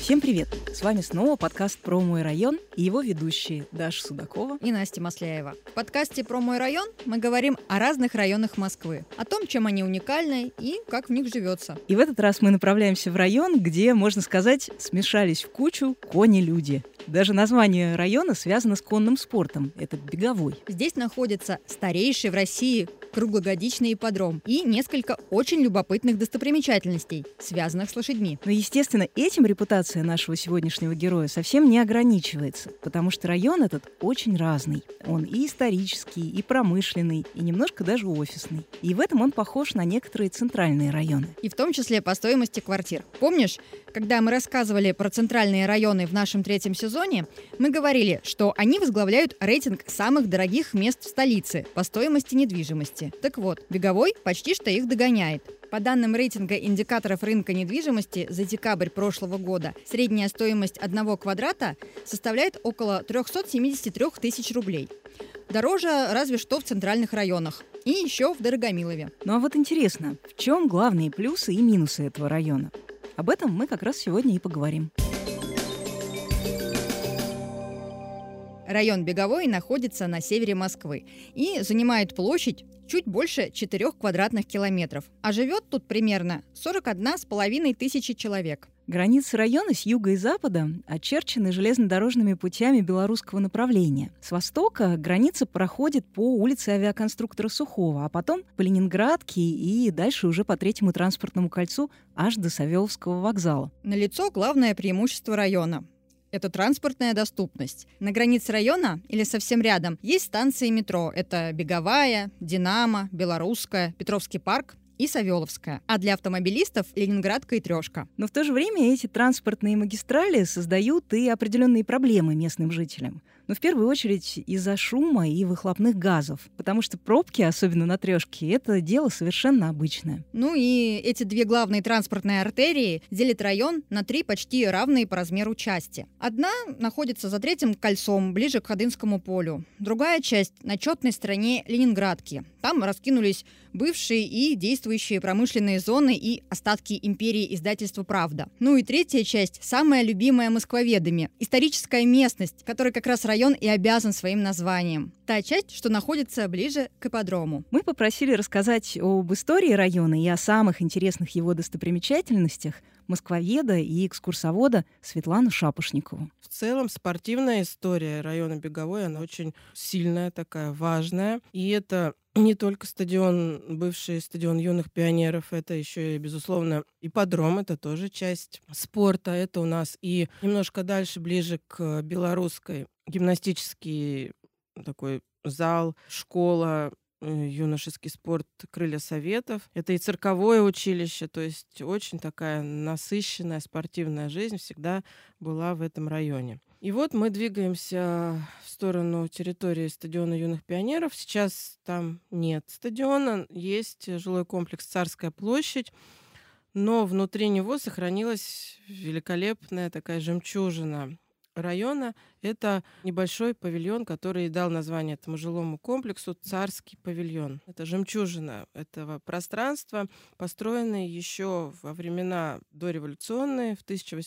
Всем привет! С вами снова подкаст «Про мой район» и его ведущие Даша Судакова и Настя Масляева. В подкасте «Про мой район» мы говорим о разных районах Москвы, о том, чем они уникальны и как в них живется. И в этот раз мы направляемся в район, где, можно сказать, смешались в кучу кони-люди. Даже название района связано с конным спортом. Это Беговой. Здесь находится старейший в России круглогодичный ипподром и несколько очень любопытных достопримечательностей, связанных с лошадьми. Но, естественно, этим репутация нашего сегодняшнего героя совсем не ограничивается, потому что район этот очень разный. Он и исторический, и промышленный, и немножко даже офисный. И в этом он похож на некоторые центральные районы. И в том числе по стоимости квартир. Помнишь, когда мы рассказывали про центральные районы в нашем 3-м сезоне, мы говорили, что они возглавляют рейтинг самых дорогих мест в столице по стоимости недвижимости. Так вот, Беговой почти что их догоняет. По данным рейтинга индикаторов рынка недвижимости за декабрь прошлого года, средняя стоимость 1 квадрата составляет около 373 тысяч рублей. Дороже разве что в центральных районах. И еще в Дорогомилове. Ну а вот интересно, в чем главные плюсы и минусы этого района? Об этом мы как раз сегодня и поговорим. Район Беговой находится на севере Москвы и занимает площадь чуть больше 4 квадратных километров. А живет тут примерно 41,5 тысячи человек. Границы района с юга и запада очерчены железнодорожными путями белорусского направления. С востока граница проходит по улице авиаконструктора Сухого, а потом по Ленинградке и дальше уже по 3-му транспортному кольцу аж до Савеловского вокзала. Налицо главное преимущество района. Это транспортная доступность. На границе района или совсем рядом есть станции метро. Это Беговая, Динамо, Белорусская, Петровский парк и Савеловская. А для автомобилистов Ленинградка и Трешка. Но в то же время эти транспортные магистрали создают и определенные проблемы местным жителям. Но в первую очередь из-за шума и выхлопных газов. Потому что пробки, особенно на Трешке, это дело совершенно обычное. Ну и эти 2 главные транспортные артерии делят район на 3 почти равные по размеру части. Одна находится за 3-м кольцом, ближе к Ходынскому полю. Другая часть на четной стороне Ленинградки. Там раскинулись бывшие и действующие промышленные зоны и остатки империи издательства «Правда». Ну и третья часть, самая любимая москвоведами. Историческая местность, которой как раз район и обязан своим названием. Та часть, что находится ближе к ипподрому. Мы попросили рассказать об истории района и о самых интересных его достопримечательностях москвоведа и экскурсовода Светлану Шапошникову. В целом спортивная история района Беговой, она очень сильная, такая важная. И это не только стадион, бывший стадион юных пионеров, это еще и, безусловно, ипподром, это тоже часть спорта. Это у нас и немножко дальше, ближе к Белорусской, гимнастический такой зал, школа, юношеский спорт «Крылья Советов». Это и цирковое училище, то есть очень такая насыщенная спортивная жизнь всегда была в этом районе. И вот мы двигаемся в сторону территории стадиона юных пионеров. Сейчас там нет стадиона, есть жилой комплекс «Царская площадь», но внутри него сохранилась великолепная такая жемчужина района. Это небольшой павильон, который дал название этому жилому комплексу «Царский павильон». Это жемчужина этого пространства, построенное еще во времена дореволюционные, в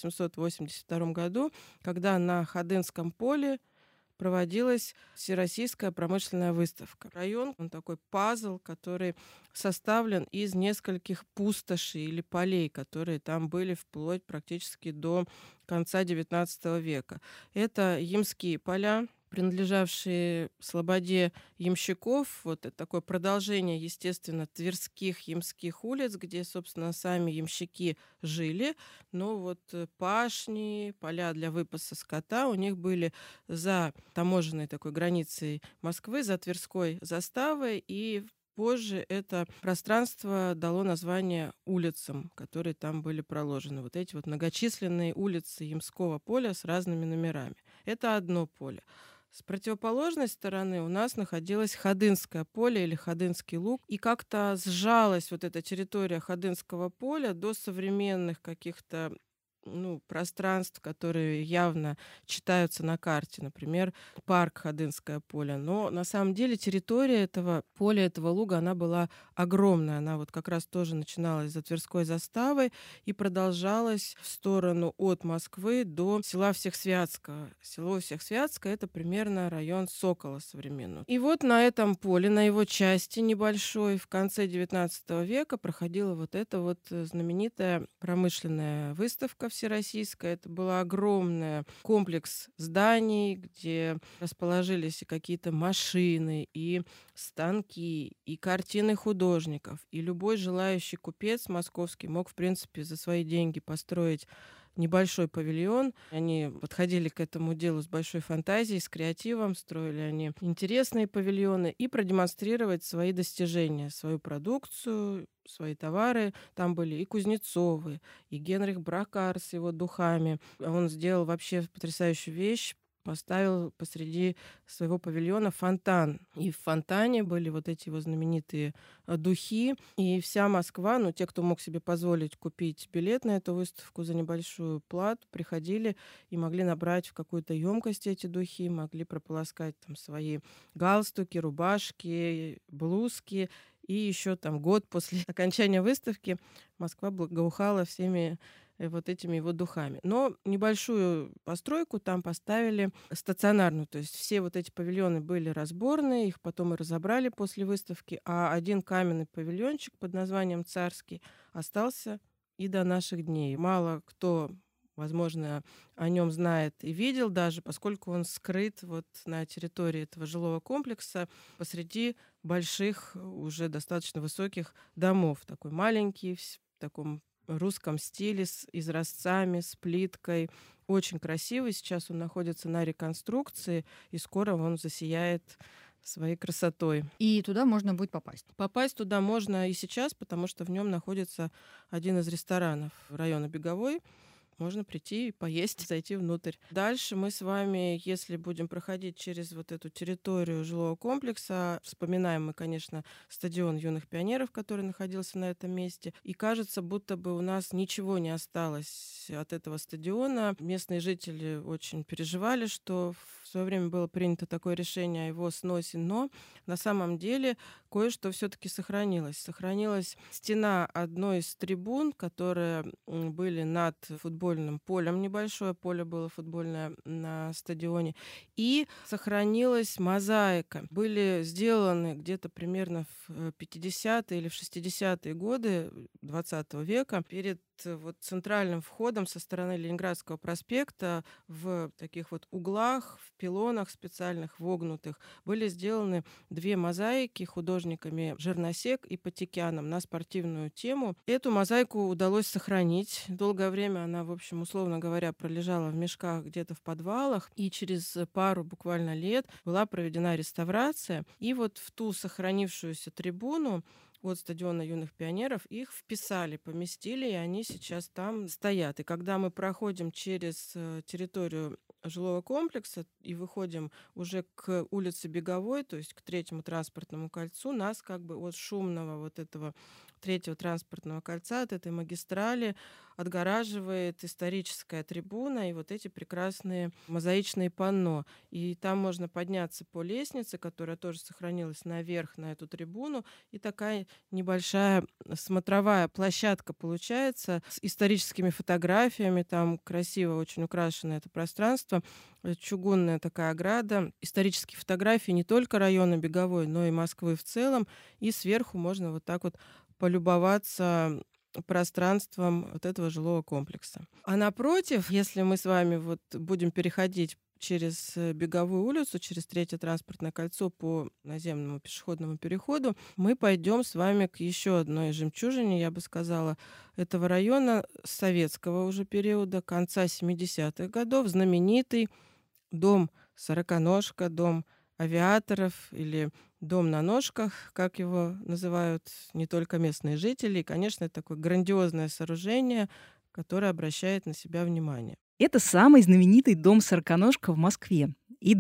1882 году, когда на Ходынском поле проводилась Всероссийская промышленная выставка. Район, он такой пазл, который составлен из нескольких пустошей или полей, которые там были вплоть практически до конца XIX века. Это Ямские поля, принадлежавшие слободе ямщиков. Вот это такое продолжение, естественно, Тверских ямских улиц, где, собственно, сами ямщики жили. Но вот пашни, поля для выпаса скота у них были за таможенной такой границей Москвы, за Тверской заставой. И позже это пространство дало название улицам, которые там были проложены. Вот эти вот многочисленные улицы Ямского поля с разными номерами. Это одно поле. С противоположной стороны у нас находилось Ходынское поле или Ходынский луг, и как-то сжалась вот эта территория Ходынского поля до современных каких-то пространств, которые явно читаются на карте. Например, парк Ходынское поле. Но на самом деле территория этого поля, этого луга, она была огромная. Она вот как раз тоже начиналась за Тверской заставой и продолжалась в сторону от Москвы до села Всехсвятского. Село Всехсвятское — это примерно район Сокола современного. И вот на этом поле, на его части небольшой, в конце XIX века проходила вот эта вот знаменитая промышленная выставка всероссийская. Это был огромный комплекс зданий, где расположились и какие-то машины, и станки, и картины художников. И любой желающий купец московский мог, в принципе, за свои деньги построить небольшой павильон. Они подходили к этому делу с большой фантазией, с креативом, строили они интересные павильоны и продемонстрировать свои достижения, свою продукцию, свои товары. Там были и Кузнецовы, и Генрих Бракар с его духами. Он сделал вообще потрясающую вещь. Поставил посреди своего павильона фонтан. И в фонтане были вот эти его знаменитые духи. И вся Москва, те, кто мог себе позволить купить билет на эту выставку за небольшую плату, приходили и могли набрать в какую-то емкость эти духи, могли прополоскать там свои галстуки, рубашки, блузки. И еще там год после окончания выставки Москва благоухала всеми вот этими его духами. Но небольшую постройку там поставили стационарную. То есть все вот эти павильоны были разборные, их потом и разобрали после выставки, а один каменный павильончик под названием «Царский» остался и до наших дней. Мало кто, возможно, о нем знает и видел даже, поскольку он скрыт вот на территории этого жилого комплекса посреди больших, уже достаточно высоких домов. Такой маленький, в таком русском стиле, с изразцами, с плиткой. Очень красивый. Сейчас он находится на реконструкции, и скоро он засияет своей красотой. И туда можно будет попасть. Попасть туда можно и сейчас, потому что в нем находится один из ресторанов района Беговой. Можно прийти и поесть, зайти внутрь. Дальше мы с вами, если будем проходить через вот эту территорию жилого комплекса, вспоминаем мы, конечно, стадион юных пионеров, который находился на этом месте. И кажется, будто бы у нас ничего не осталось от этого стадиона. Местные жители очень переживали, что в свое время было принято такое решение о его сносе, но на самом деле кое-что все-таки сохранилось. Сохранилась стена одной из трибун, которые были над футбольным полем. Небольшое поле было футбольное на стадионе. И сохранилась мозаика. Были сделаны где-то примерно в 50-е или в 60-е годы 20 века перед вот центральным входом со стороны Ленинградского проспекта в таких вот углах, в пилонах специальных вогнутых были сделаны две мозаики художниками Жирносек и Патикяном на спортивную тему. Эту мозаику удалось сохранить. Долгое время она, в общем, условно говоря, пролежала в мешках где-то в подвалах, и через пару буквально лет была проведена реставрация. И вот в ту сохранившуюся трибуну от стадиона юных пионеров их вписали, поместили, и они сейчас там стоят. И когда мы проходим через территорию жилого комплекса и выходим уже к улице Беговой, то есть к третьему транспортному кольцу, нас как бы от шумного вот этого третьего транспортного кольца, от этой магистрали отгораживает историческая трибуна и вот эти прекрасные мозаичные панно. И там можно подняться по лестнице, которая тоже сохранилась, наверх на эту трибуну. И такая небольшая смотровая площадка получается с историческими фотографиями. Там красиво очень украшено это пространство. Чугунная такая ограда. Исторические фотографии не только района Беговой, но и Москвы в целом. И сверху можно вот так вот полюбоваться пространством вот этого жилого комплекса. А напротив, если мы с вами вот будем переходить через Беговую улицу, через третье транспортное кольцо по наземному пешеходному переходу, мы пойдем с вами к еще одной жемчужине, я бы сказала, этого района советского уже периода, конца 70-х годов, знаменитый дом «Сороконожка», дом авиаторов или дом на ножках, как его называют не только местные жители. И, конечно, это такое грандиозное сооружение, которое обращает на себя внимание. Это самый знаменитый дом «Сороконожка» в Москве. И да,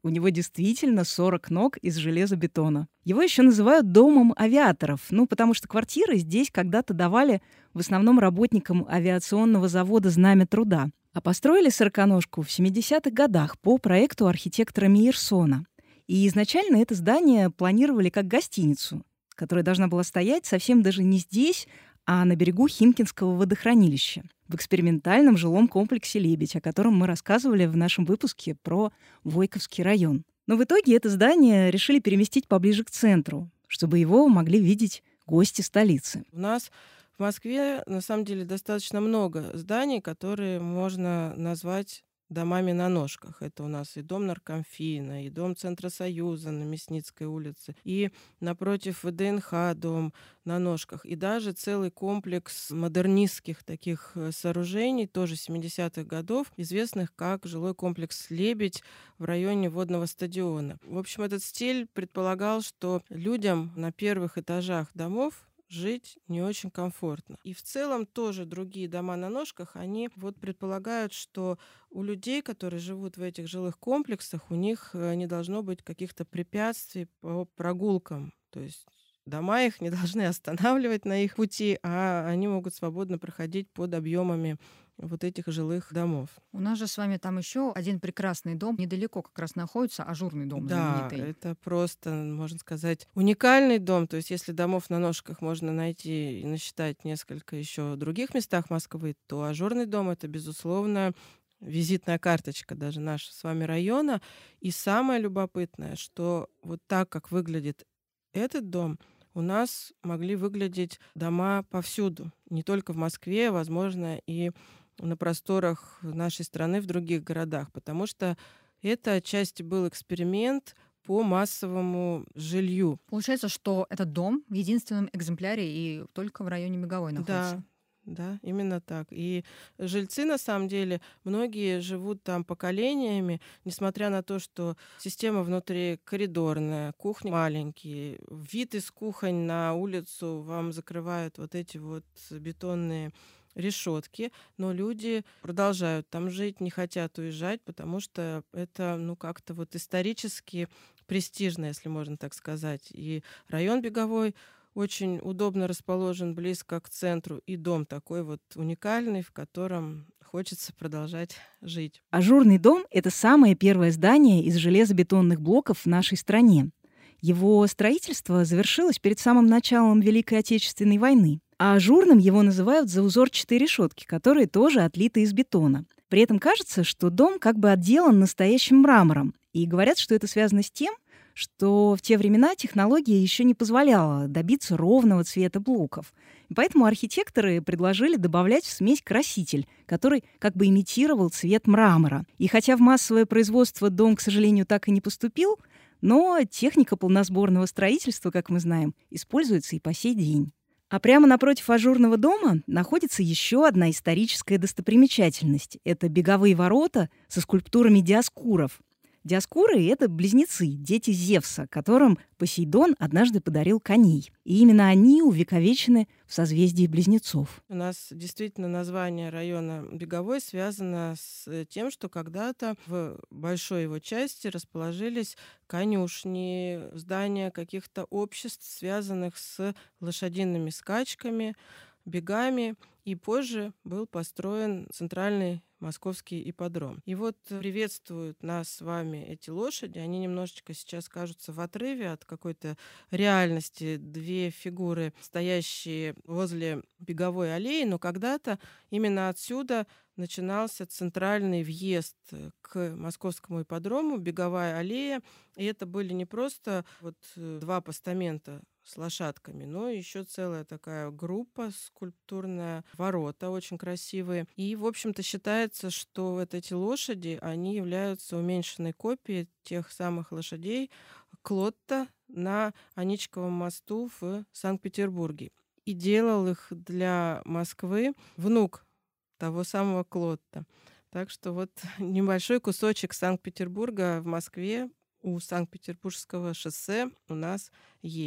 У него действительно 40 ног из железобетона. Его еще называют домом авиаторов, потому что квартиры здесь когда-то давали в основном работникам авиационного завода «Знамя труда». А построили сороконожку в 70-х годах по проекту архитектора Мейерсона. И изначально это здание планировали как гостиницу, которая должна была стоять совсем даже не здесь, а на берегу Химкинского водохранилища, в экспериментальном жилом комплексе «Лебедь», о котором мы рассказывали в нашем выпуске про Войковский район. Но в итоге это здание решили переместить поближе к центру, чтобы его могли видеть гости столицы. У нас в Москве, на самом деле, достаточно много зданий, которые можно назвать домами на ножках. Это у нас и дом Наркомфина, и дом Центра Союза на Мясницкой улице, и напротив ВДНХ дом на ножках, и даже целый комплекс модернистских таких сооружений, тоже 70-х годов, известных как жилой комплекс «Лебедь» в районе водного стадиона. В общем, этот стиль предполагал, что людям на первых этажах домов жить не очень комфортно. И в целом тоже другие дома на ножках, они предполагают, что у людей, которые живут в этих жилых комплексах, у них не должно быть каких-то препятствий по прогулкам. То есть дома их не должны останавливать на их пути, а они могут свободно проходить под объемами этих жилых домов. У нас же с вами там еще один прекрасный дом недалеко как раз находится, Ажурный дом знаменитый. Да, это просто, можно сказать, уникальный дом. То есть если домов на ножках можно найти и насчитать несколько еще других местах Москвы, то Ажурный дом — это, безусловно, визитная карточка даже нашего с вами района. И самое любопытное, что так, как выглядит этот дом, у нас могли выглядеть дома повсюду. Не только в Москве, возможно, и на просторах нашей страны в других городах, потому что это отчасти был эксперимент по массовому жилью. Получается, что этот дом в единственном экземпляре и только в районе Беговой находится. Да, именно так. И жильцы, на самом деле, многие живут там поколениями, несмотря на то, что система внутри коридорная, кухни маленькие, вид из кухонь на улицу вам закрывают эти бетонные решетки, но люди продолжают там жить, не хотят уезжать, потому что это, как-то исторически престижно, если можно так сказать. И район Беговой очень удобно расположен близко к центру, и дом такой уникальный, в котором хочется продолжать жить. Ажурный дом — это самое первое здание из железобетонных блоков в нашей стране. Его строительство завершилось перед самым началом Великой Отечественной войны. А ажурным его называют за узорчатые решетки, которые тоже отлиты из бетона. При этом кажется, что дом как бы отделан настоящим мрамором. И говорят, что это связано с тем, что в те времена технология еще не позволяла добиться ровного цвета блоков. И поэтому архитекторы предложили добавлять в смесь краситель, который как бы имитировал цвет мрамора. И хотя в массовое производство дом, к сожалению, так и не поступил, но техника полносборного строительства, как мы знаем, используется и по сей день. А прямо напротив Ажурного дома находится еще одна историческая достопримечательность. Это Беговые ворота со скульптурами Диоскуров. Диоскуры — это близнецы, дети Зевса, которым Посейдон однажды подарил коней. И именно они увековечены в созвездии близнецов. У нас действительно название района Беговой связано с тем, что когда-то в большой его части расположились конюшни, здания каких-то обществ, связанных с лошадиными скачками, бегами. И позже был построен центральный московский ипподром. И приветствуют нас с вами эти лошади. Они немножечко сейчас кажутся в отрыве от какой-то реальности. Две фигуры, стоящие возле Беговой аллеи, но когда-то именно отсюда начинался центральный въезд к московскому ипподрому, Беговая аллея. И это были не просто два постамента с лошадками, но еще целая такая группа скульптурная, ворота очень красивые. И, в общем-то, считается, что эти лошади, они являются уменьшенной копией тех самых лошадей Клотта на Аничковом мосту в Санкт-Петербурге. И делал их для Москвы внук того самого Клотта. Так что небольшой кусочек Санкт-Петербурга в Москве у Санкт-Петербургского шоссе у нас есть.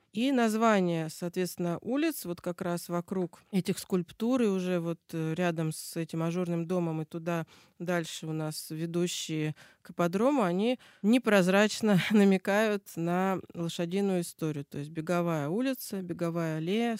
И название, соответственно, улиц вот как раз вокруг этих скульптур, и уже вот рядом с этим ажурным домом и туда дальше у нас ведущие к ипподрому, они непрозрачно намекают на лошадиную историю. То есть беговая улица, беговая аллея,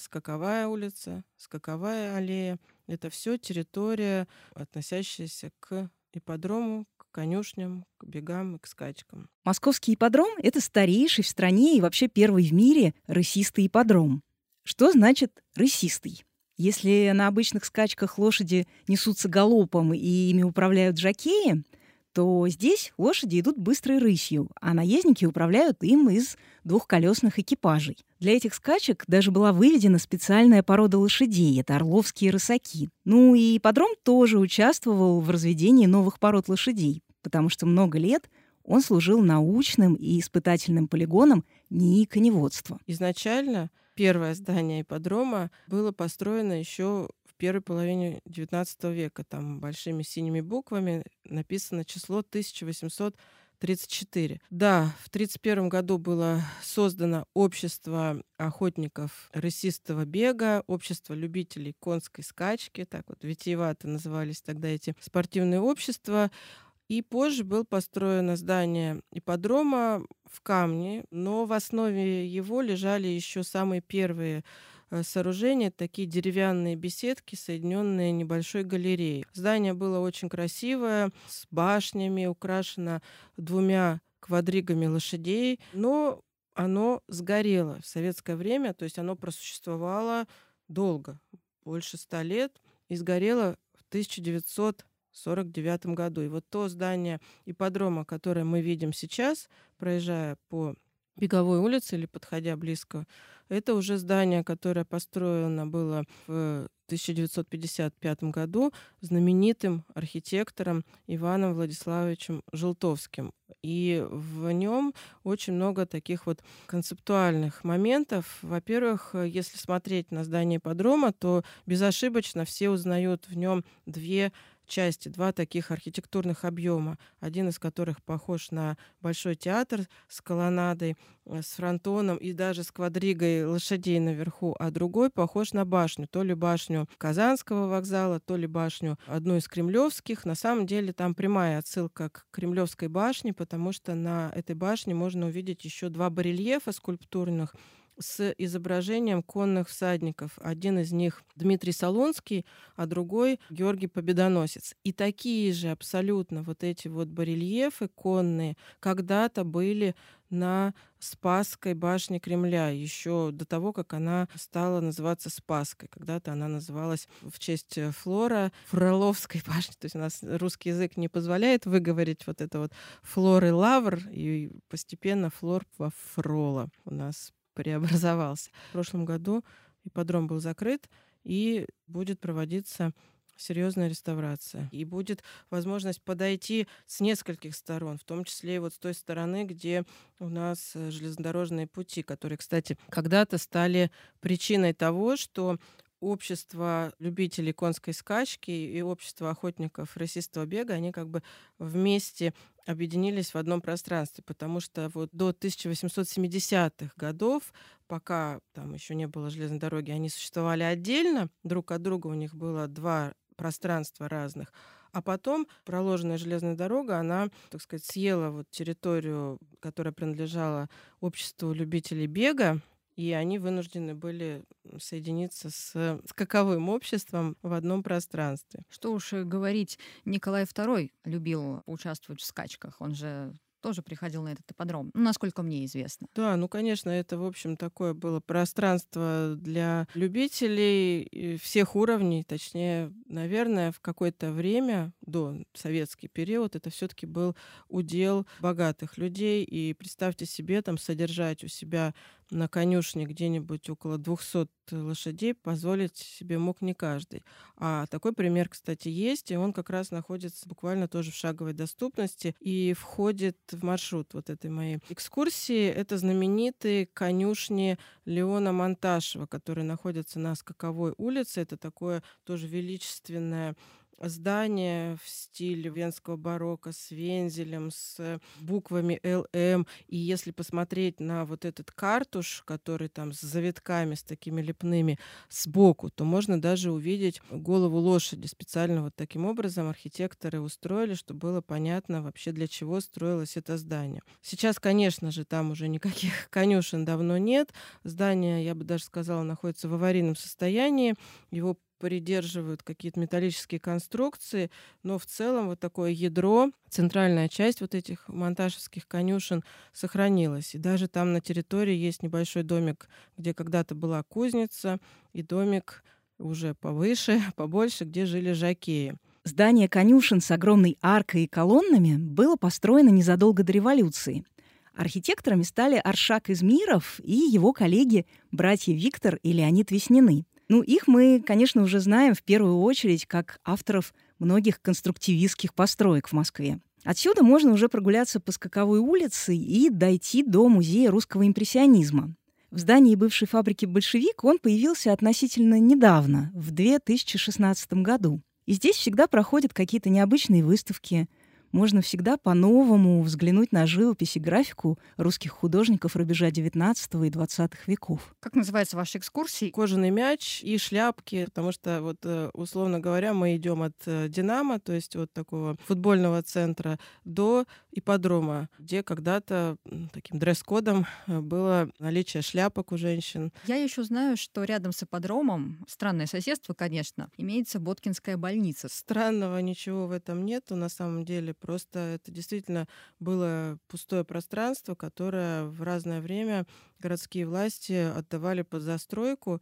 скаковая аллея. Это все территория, относящаяся к ипподрому, к конюшням, к бегам и к скачкам. Московский ипподром — это старейший в стране и вообще первый в мире рысистый ипподром. Что значит «рысистый»? Если на обычных скачках лошади несутся галопом и ими управляют жокеи, то здесь лошади идут быстрой рысью, а наездники управляют им из двухколесных экипажей. Для этих скачек даже была выведена специальная порода лошадей — это орловские рысаки. Ну и ипподром тоже участвовал в разведении новых пород лошадей, потому что много лет он служил научным и испытательным полигоном НИИ коневодства. Изначально первое здание ипподрома было построено еще в первой половине XIX века. Там большими синими буквами написано число 1834. Да, в 1931 году было создано общество охотников рысистого бега, общество любителей конской скачки, так вот витиевато назывались тогда эти спортивные общества. И позже было построено здание ипподрома в камне, но в основе его лежали еще самые первые сооружения, такие деревянные беседки, соединенные небольшой галереей. Здание было очень красивое, с башнями, украшено 2 квадригами лошадей, но оно сгорело в советское время, то есть оно просуществовало долго, больше 100 лет, и сгорело в 1949 году. И вот то здание ипподрома, которое мы видим сейчас, проезжая по Беговой улице или подходя близко, это уже здание, которое построено было в 1955 году знаменитым архитектором Иваном Владиславовичем Желтовским. И в нем очень много таких вот концептуальных моментов. Во-первых, если смотреть на здание ипподрома, то безошибочно все узнают в нем 2 части, 2 таких архитектурных объема, один из которых похож на Большой театр с колоннадой, с фронтоном и даже с квадригой лошадей наверху, а другой похож на башню, то ли башню Казанского вокзала, то ли башню одну из кремлевских. На самом деле там прямая отсылка к Кремлевской башне, потому что на этой башне можно увидеть еще 2 барельефа скульптурных с изображением конных всадников. Один из них Дмитрий Солунский, а другой Георгий Победоносец. И такие же абсолютно вот эти вот барельефы конные когда-то были на Спасской башне Кремля, еще до того, как она стала называться Спасской. Когда-то она называлась в честь Флора Фроловской башни. То есть у нас русский язык не позволяет выговорить вот это вот Флор и Лавр, и постепенно Флор во Фрола у нас преобразовался. В прошлом году ипподром был закрыт, и будет проводиться серьезная реставрация. И будет возможность подойти с нескольких сторон, в том числе и вот с той стороны, где у нас железнодорожные пути, которые, кстати, когда-то стали причиной того, что общество любителей конской скачки и общество охотников рысистого бега, они как бы вместе объединились в одном пространстве, потому что вот до 1870-х годов, пока там еще не было железной дороги, они существовали отдельно, друг от друга у них было 2 пространства разных. А потом проложенная железная дорога, она, так сказать, съела вот территорию, которая принадлежала обществу любителей бега, и они вынуждены были соединиться с скаковым обществом в одном пространстве. Что уж и говорить, Николай II любил участвовать в скачках. Он же тоже приходил на этот ипподром, насколько мне известно. Да, ну, конечно, это, в общем, такое было пространство для любителей всех уровней. Точнее, наверное, в какое-то время, до советский период, это все-таки был удел богатых людей. И представьте себе, там содержать у себя на конюшне где-нибудь около 200 лошадей позволить себе мог не каждый. А такой пример, кстати, есть, и он как раз находится буквально тоже в шаговой доступности и входит в маршрут вот этой моей экскурсии. Это знаменитые конюшни Леона Монташева, которые находятся на Скаковой улице. Это такое тоже величественное здание в стиле венского барокко с вензелем, с буквами ЛМ. И если посмотреть на вот этот картуш, который там с завитками, с такими лепными сбоку, то можно даже увидеть голову лошади. Специально вот таким образом архитекторы устроили, чтобы было понятно вообще, для чего строилось это здание. Сейчас, конечно же, там уже никаких конюшен давно нет. Здание, я бы даже сказала, находится в аварийном состоянии. Его придерживают какие-то металлические конструкции, но в целом вот такое ядро, центральная часть вот этих монташевских конюшен сохранилась. И даже там на территории есть небольшой домик, где когда-то была кузница, и домик уже повыше, побольше, где жили жокеи. Здание конюшен с огромной аркой и колоннами было построено незадолго до революции. Архитекторами стали Аршак Измиров и его коллеги, братья Виктор и Леонид Веснины. Их мы, конечно, уже знаем в первую очередь как авторов многих конструктивистских построек в Москве. Отсюда можно уже прогуляться по Скаковой улице и дойти до Музея русского импрессионизма. В здании бывшей фабрики «Большевик» он появился относительно недавно, в 2016 году. И здесь всегда проходят какие-то необычные выставки. Можно всегда по-новому взглянуть на живопись и графику русских художников рубежа XIX и XX веков. Как называются ваши экскурсии? Кожаный мяч и шляпки, потому что, вот, условно говоря, мы идем от «Динамо», то есть от такого футбольного центра, до ипподрома, где когда-то таким дресс-кодом было наличие шляпок у женщин. Я еще знаю, что рядом с ипподромом, странное соседство, конечно, имеется Боткинская больница. Странного ничего в этом нету, на самом деле. Просто это действительно было пустое пространство, которое в разное время городские власти отдавали под застройку.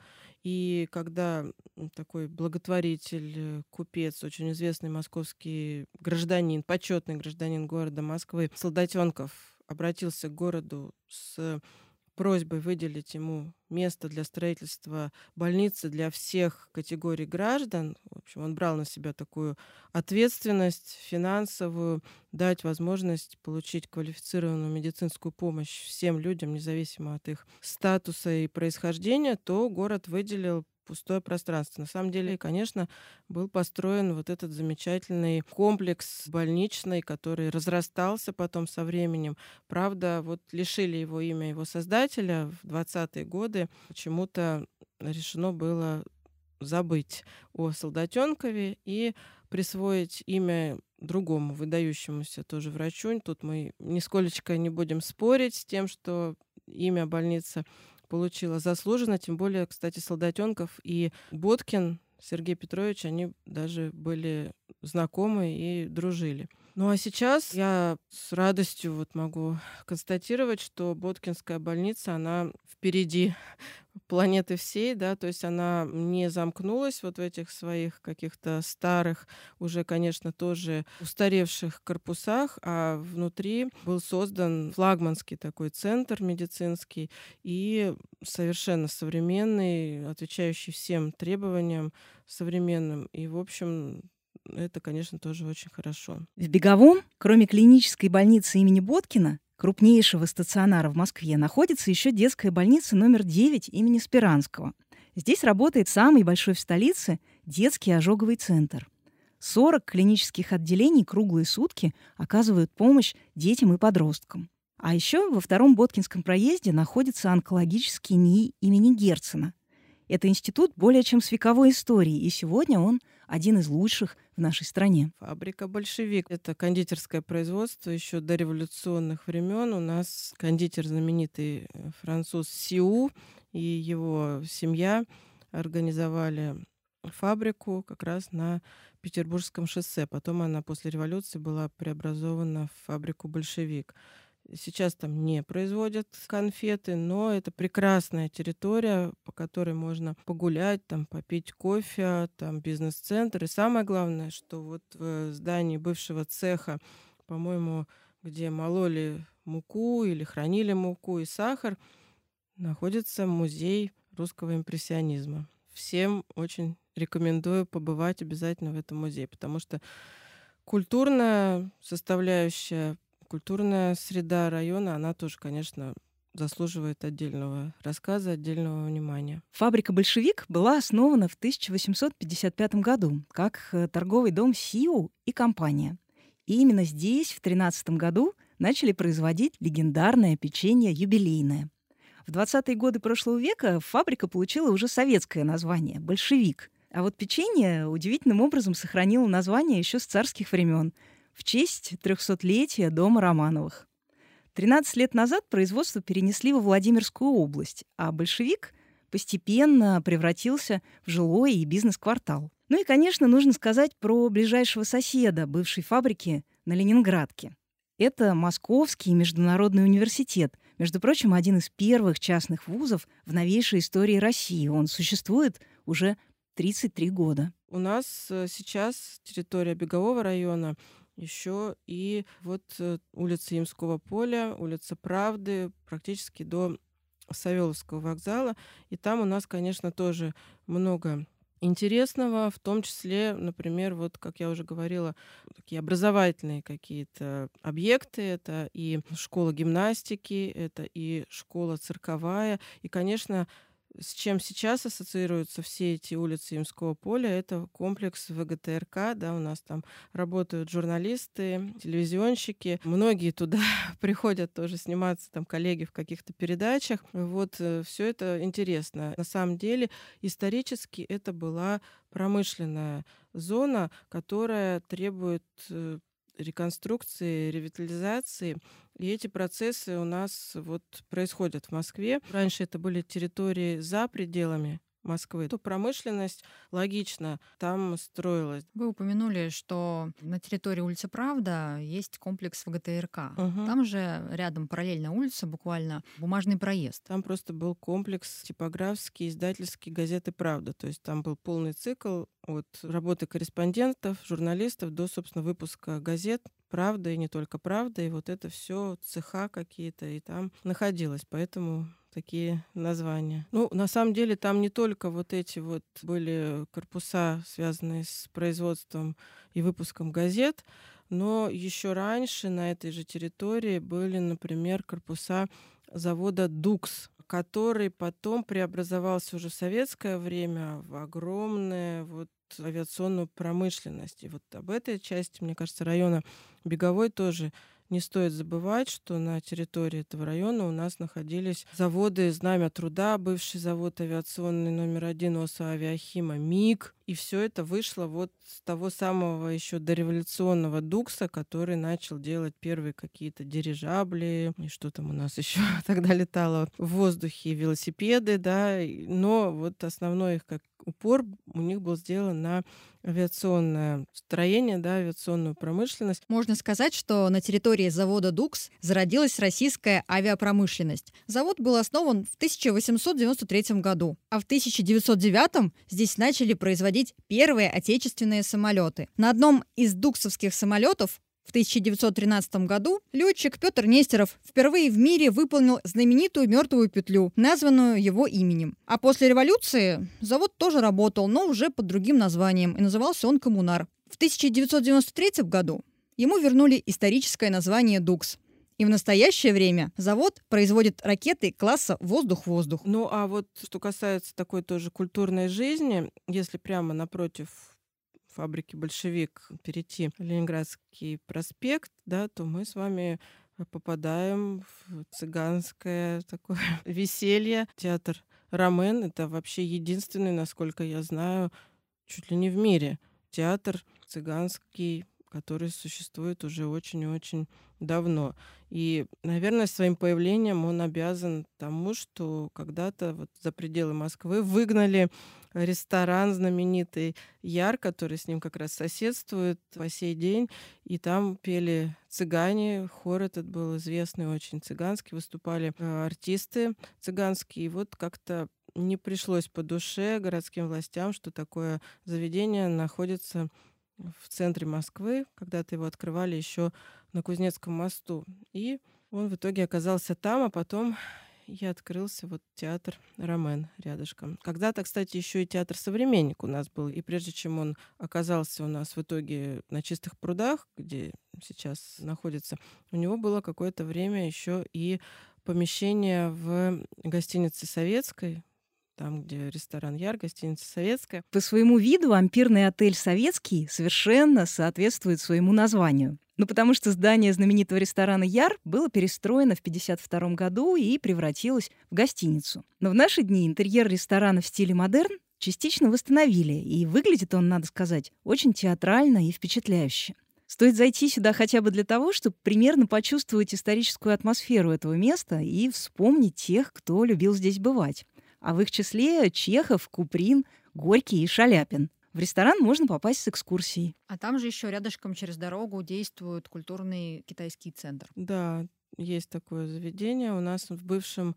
И когда такой благотворитель, купец, очень известный московский гражданин, почетный гражданин города Москвы, Солдатенков, обратился к городу с просьбой выделить ему место для строительства больницы для всех категорий граждан. В общем, он брал на себя такую ответственность финансовую, дать возможность получить квалифицированную медицинскую помощь всем людям, независимо от их статуса и происхождения, то город выделил пустое пространство. На самом деле, конечно, был построен вот этот замечательный комплекс больничный, который разрастался потом со временем. Правда, вот лишили его имя его создателя в 20-е годы. Почему-то решено было забыть о Солдатенкове и присвоить имя другому выдающемуся тоже врачу. Тут мы нисколечко не будем спорить с тем, что имя больницы получила заслуженно, тем более, кстати, Солдатенков и Боткин Сергей Петрович, они даже были знакомы и дружили. Ну а сейчас я с радостью вот могу констатировать, что Боткинская больница, она впереди планеты всей, да, то есть она не замкнулась вот в этих своих каких-то старых, уже, конечно, тоже устаревших корпусах, а внутри был создан флагманский такой центр медицинский и совершенно современный, отвечающий всем требованиям современным. И, в общем, это, конечно, тоже очень хорошо. В Беговом, кроме клинической больницы имени Боткина, крупнейшего стационара в Москве, находится еще детская больница номер 9 имени Спиранского. Здесь работает самый большой в столице детский ожоговый центр. 40 клинических отделений круглые сутки оказывают помощь детям и подросткам. А еще во втором Боткинском проезде находится онкологический НИИ имени Герцена. Это институт более чем с вековой историей, и сегодня он один из лучших в нашей стране. Фабрика «Большевик» — это кондитерское производство еще до революционных времен. У нас кондитер знаменитый француз Сиу и его семья организовали фабрику как раз на Петербургском шоссе. Потом она после революции была преобразована в фабрику «Большевик». Сейчас там не производят конфеты, но это прекрасная территория, по которой можно погулять, там, попить кофе, там бизнес-центр. И самое главное, что вот в здании бывшего цеха, по-моему, где мололи муку или хранили муку и сахар, находится музей русского импрессионизма. Всем очень рекомендую побывать обязательно в этом музее, потому что культурная составляющая, культурная среда района, она тоже, конечно, заслуживает отдельного рассказа, отдельного внимания. Фабрика «Большевик» была основана в 1855 году как торговый дом Сиу и компания. И именно здесь в 13 году начали производить легендарное печенье юбилейное. В 20-е годы прошлого века фабрика получила уже советское название «Большевик». А вот печенье удивительным образом сохранило название еще с царских времен в честь 300-летия дома Романовых. 13 лет назад производство перенесли во Владимирскую область, а «Большевик» постепенно превратился в жилой и бизнес-квартал. Ну и, конечно, нужно сказать про ближайшего соседа бывшей фабрики на Ленинградке. Это Московский международный университет, между прочим, один из первых частных вузов в новейшей истории России. Он существует уже 33 года. У нас сейчас территория Бегового района еще и вот улица Ямского поля, улица Правды, практически до Савеловского вокзала. И там у нас, конечно, тоже много интересного, в том числе, например, вот, как я уже говорила, такие образовательные какие-то объекты. Это и школа гимнастики, это и школа цирковая. И, конечно, с чем сейчас ассоциируются все эти улицы Ямского поля, это комплекс ВГТРК, да, у нас там работают журналисты, телевизионщики, многие туда приходят тоже сниматься, там, коллеги в каких-то передачах, вот, все это интересно. На самом деле, исторически это была промышленная зона, которая требует реконструкции, ревитализации. И эти процессы у нас вот происходят в Москве. Раньше это были территории за пределами Москвы. То промышленность, логично, там строилась. Вы упомянули, что на территории улицы Правда есть комплекс ВГТРК. Угу. Там же рядом параллельная улица, буквально Бумажный проезд. Там просто был комплекс типографский, издательский газеты «Правда». То есть там был полный цикл от работы корреспондентов, журналистов до, собственно, выпуска газет «Правда» и не только «Правда». И вот это все цеха какие-то и там находилось. Поэтому такие названия. Ну, на самом деле, там не только вот эти вот были корпуса, связанные с производством и выпуском газет, но еще раньше на этой же территории были, например, корпуса завода «Дукс», который потом преобразовался уже в советское время в огромную вот авиационную промышленность. И вот об этой части, мне кажется, района Беговой тоже не стоит забывать, что на территории этого района у нас находились заводы «Знамя труда», бывший завод авиационный номер 1 ОСА-Авиахима, МиГ. И все это вышло вот с того самого еще дореволюционного Дукса, который начал делать первые какие-то дирижабли, и что там у нас еще тогда летало в воздухе, велосипеды, да. Но вот основной их как упор у них был сделан на авиационное строение, да, авиационную промышленность. Можно сказать, что на территории завода «Дукс» зародилась российская авиапромышленность. Завод был основан в 1893 году, а в 1909 здесь начали производить первые отечественные самолеты. На одном из дуксовских самолетов в 1913 году летчик Петр Нестеров впервые в мире выполнил знаменитую мертвую петлю, названную его именем. А после революции завод тоже работал, но уже под другим названием, и назывался он «Коммунар». В 1993 году ему вернули историческое название «Дукс». И в настоящее время завод производит ракеты класса «Воздух-воздух». Ну, а вот что касается такой тоже культурной жизни, если прямо напротив фабрики «Большевик» перейти в Ленинградский проспект, да, то мы с вами попадаем в цыганское такое веселье. Театр «Ромен» — это вообще единственный, насколько я знаю, чуть ли не в мире театр цыганский, который существует уже очень и очень давно. И, наверное, своим появлением он обязан тому, что когда-то вот за пределы Москвы выгнали ресторан знаменитый «Яр», который с ним как раз соседствует по сей день. И там пели цыгане, хор этот был известный очень цыганский, выступали артисты цыганские. И вот как-то не пришлось по душе городским властям, что такое заведение находится в центре Москвы. Когда-то его открывали еще на Кузнецком мосту. И он в итоге оказался там, а потом и открылся вот театр «Ромен» рядышком. Когда-то, кстати, еще и театр «Современник» у нас был. И прежде чем он оказался у нас в итоге на Чистых прудах, где сейчас находится, у него было какое-то время еще и помещение в гостинице «Советской», там, где ресторан «Яр», гостиница «Советская». По своему виду ампирный отель «Советский» совершенно соответствует своему названию. Ну, потому что здание знаменитого ресторана «Яр» было перестроено в 1952 году и превратилось в гостиницу. Но в наши дни интерьер ресторана в стиле модерн частично восстановили, и выглядит он, надо сказать, очень театрально и впечатляюще. Стоит зайти сюда хотя бы для того, чтобы примерно почувствовать историческую атмосферу этого места и вспомнить тех, кто любил здесь бывать. А в их числе Чехов, Куприн, Горький и Шаляпин. В ресторан можно попасть с экскурсией. А там же еще рядышком через дорогу действует культурный китайский центр. Да, есть такое заведение. У нас в бывшем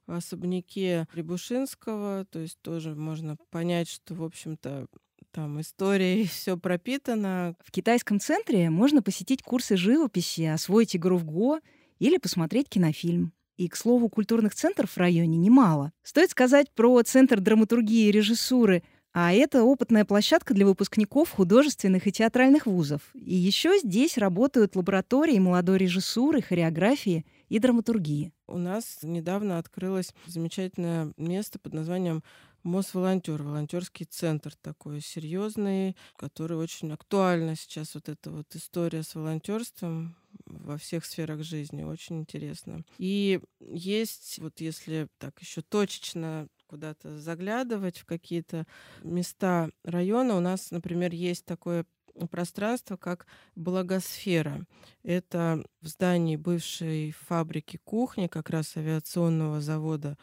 особняке Рябушинского, то есть тоже можно понять, что, в общем-то, там историей все пропитано. В китайском центре можно посетить курсы живописи, освоить игру в го или посмотреть кинофильм. И, к слову, культурных центров в районе немало. Стоит сказать про Центр драматургии и режиссуры, а это опытная площадка для выпускников художественных и театральных вузов. И еще здесь работают лаборатории молодой режиссуры, хореографии и драматургии. У нас недавно открылось замечательное место под названием Мосволонтер, волонтерский центр такой серьезный, который очень актуальна сейчас. Вот эта вот история с волонтерством во всех сферах жизни очень интересно. И есть, вот если так еще точечно куда-то заглядывать в какие-то места района, у нас, например, есть такое пространство, как Благосфера. Это в здании бывшей фабрики кухни, как раз авиационного завода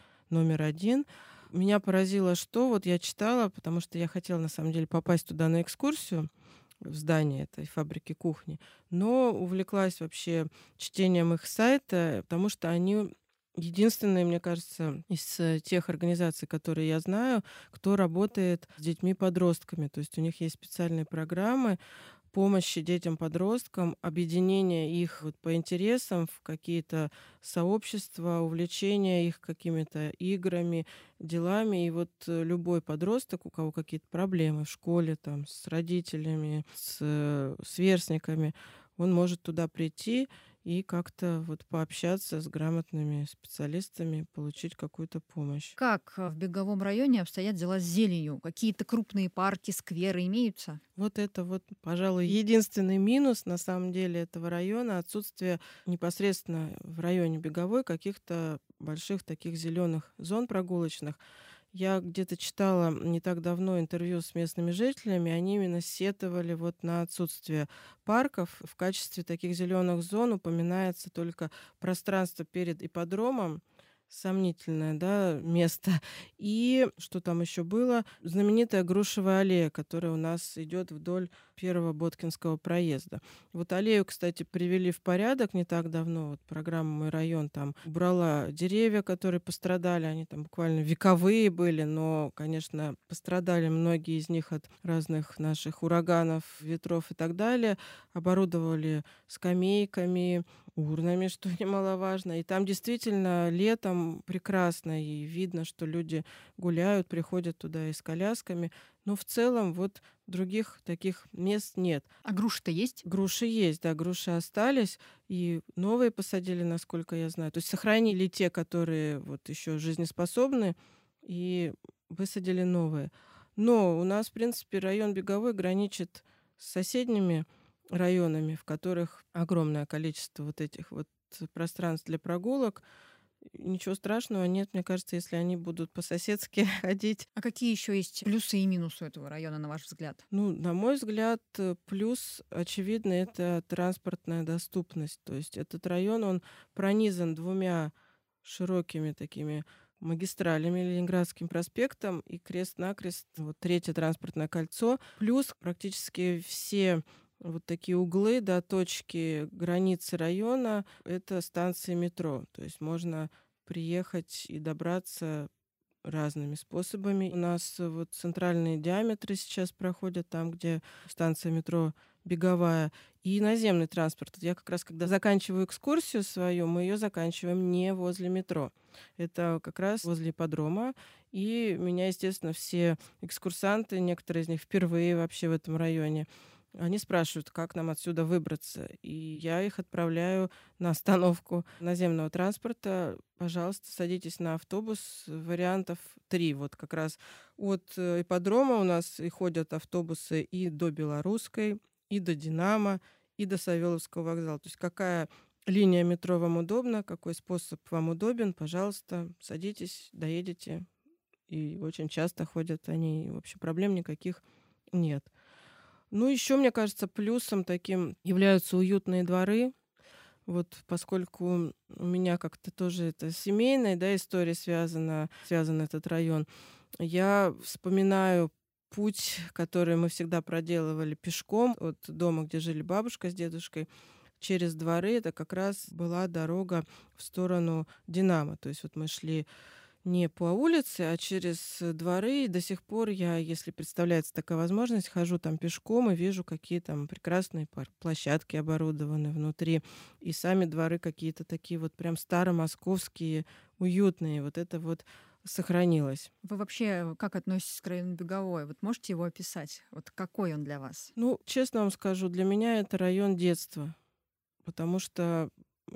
№1. Меня поразило, что вот я читала, потому что я хотела на самом деле попасть туда на экскурсию в здание этой фабрики кухни, но увлеклась вообще чтением их сайта, потому что они единственные, мне кажется, из тех организаций, которые я знаю, кто работает с детьми-подростками. То есть у них есть специальные программы помощи детям-подросткам, объединения их вот по интересам в какие-то сообщества, увлечения их какими-то играми, делами. И вот любой подросток, у кого какие-то проблемы в школе, там, с родителями, с сверстниками, он может туда прийти и как-то вот пообщаться с грамотными специалистами, получить какую-то помощь. Как в беговом районе обстоят дела с зеленью? Какие-то крупные парки, скверы имеются? Вот это вот, пожалуй, единственный минус на самом деле этого района — отсутствие непосредственно в районе Беговой каких-то больших таких зеленых зон прогулочных. Я где-то читала не так давно интервью с местными жителями, они именно сетовали вот на отсутствие парков. В качестве таких зеленых зон упоминается только пространство перед ипподромом, сомнительное, да, место. И что там еще было? Знаменитая Грушевая аллея, которая у нас идет вдоль первого Боткинского проезда. Вот аллею, кстати, привели в порядок не так давно. Вот программа «Мой район» там убрала деревья, которые пострадали. Они там буквально вековые были, но, конечно, пострадали многие из них от разных наших ураганов, ветров и так далее. Оборудовали скамейками, урнами, что немаловажно. И там действительно летом прекрасно, и видно, что люди гуляют, приходят туда и с колясками. Но в целом вот других таких мест нет. А груши-то есть? Груши есть, да, груши остались, и новые посадили, насколько я знаю. То есть сохранили те, которые вот еще жизнеспособны, и высадили новые. Но у нас, в принципе, район Беговой граничит с соседними районами, в которых огромное количество вот этих вот пространств для прогулок. Ничего страшного нет, мне кажется, если они будут по-соседски ходить. А какие еще есть плюсы и минусы этого района, на ваш взгляд? Ну, на мой взгляд, плюс, очевидно, это транспортная доступность. То есть этот район, он пронизан двумя широкими такими магистралями, Ленинградским проспектом и крест-накрест, вот третье транспортное кольцо. Плюс практически все вот такие углы, да, точки границы района — это станции метро. То есть можно приехать и добраться разными способами. У нас вот центральные диаметры сейчас проходят там, где станция метро Беговая, и наземный транспорт. Я как раз, когда заканчиваю экскурсию свою, мы ее заканчиваем не возле метро. Это как раз возле ипподрома. И меня, естественно, все экскурсанты, некоторые из них впервые вообще в этом районе, Они спрашивают, как нам отсюда выбраться. И я их отправляю на остановку наземного транспорта. Пожалуйста, садитесь на автобус. Вариантов 3. Вот как раз от ипподрома у нас и ходят автобусы и до Белорусской, и до Динамо, и до Савеловского вокзала. То есть какая линия метро вам удобна, какой способ вам удобен, пожалуйста, садитесь, доедете. И очень часто ходят они. В общем, проблем никаких нет. Ну, еще, мне кажется, плюсом таким являются уютные дворы. Вот поскольку у меня как-то тоже это семейная, да, история связан этот район, я вспоминаю путь, который мы всегда проделывали пешком от дома, где жили бабушка с дедушкой, через дворы. Это как раз была дорога в сторону Динамо. То есть вот мы шли не по улице, а через дворы. И до сих пор я, если представляется такая возможность, хожу там пешком и вижу, какие там прекрасные площадки оборудованы внутри. И сами дворы какие-то такие вот прям старомосковские, уютные. Вот это вот сохранилось. Вы вообще как относитесь к району Беговой? Вот можете его описать? Вот какой он для вас? Ну, честно вам скажу, для меня это район детства. Потому что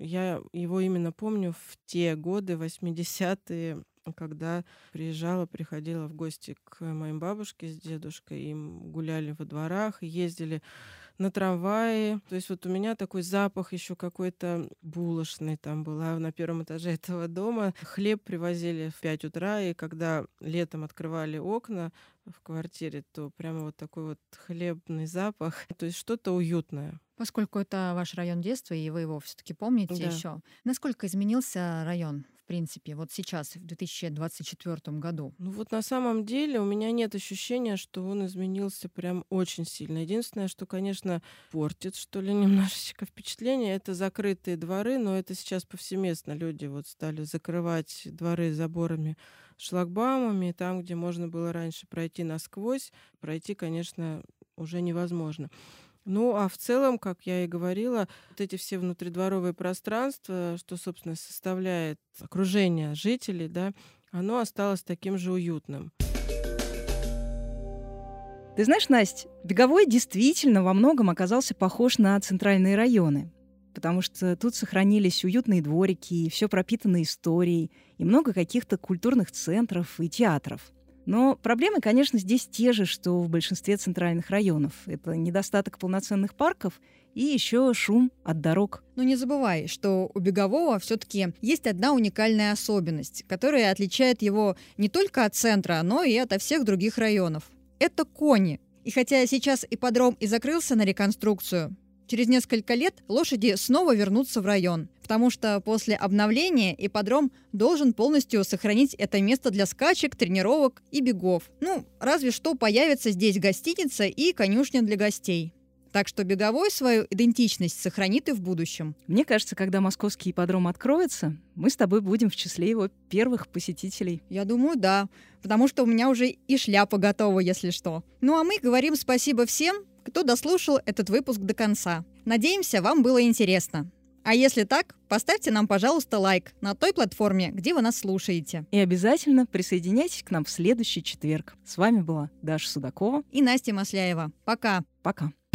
я его именно помню в те годы, 80-е, когда приходила в гости к моей бабушке с дедушкой, и гуляли во дворах, и ездили на трамвае. То есть вот у меня такой запах еще какой-то булочный там была на первом этаже этого дома. Хлеб привозили в 5 утра, и когда летом открывали окна в квартире, то прямо вот такой вот хлебный запах. То есть что-то уютное. Поскольку это ваш район детства, и вы его все-таки помните Да. еще, насколько изменился район, в принципе, вот сейчас, в 2024 году? Ну вот на самом деле у меня нет ощущения, что он изменился прям очень сильно. Единственное, что, конечно, портит, что ли, немножечко впечатление, это закрытые дворы, но это сейчас повсеместно. Люди вот стали закрывать дворы заборами, шлагбаумами, там, где можно было раньше пройти насквозь, пройти, конечно, уже невозможно. Ну, а в целом, как я и говорила, вот эти все внутридворовые пространства, что, собственно, составляет окружение жителей, да, оно осталось таким же уютным. Ты знаешь, Насть, Беговой действительно во многом оказался похож на центральные районы, потому что тут сохранились уютные дворики, и все пропитано историей, и много каких-то культурных центров и театров. Но проблемы, конечно, здесь те же, что в большинстве центральных районов. Это недостаток полноценных парков и еще шум от дорог. Но не забывай, что у Бегового все-таки есть одна уникальная особенность, которая отличает его не только от центра, но и от всех других районов. Это кони. И хотя сейчас ипподром и закрылся на реконструкцию, через несколько лет лошади снова вернутся в район, потому что после обновления ипподром должен полностью сохранить это место для скачек, тренировок и бегов. Ну, разве что появится здесь гостиница и конюшня для гостей. Так что Беговой свою идентичность сохранит и в будущем. Мне кажется, когда московский ипподром откроется, мы с тобой будем в числе его первых посетителей. Я думаю, да, потому что у меня уже и шляпа готова, если что. Ну а мы говорим спасибо всем, кто дослушал этот выпуск до конца. Надеемся, вам было интересно. А если так, поставьте нам, пожалуйста, лайк на той платформе, где вы нас слушаете. И обязательно присоединяйтесь к нам в следующий четверг. С вами была Даша Судакова И Настя Масляева. Пока! Пока.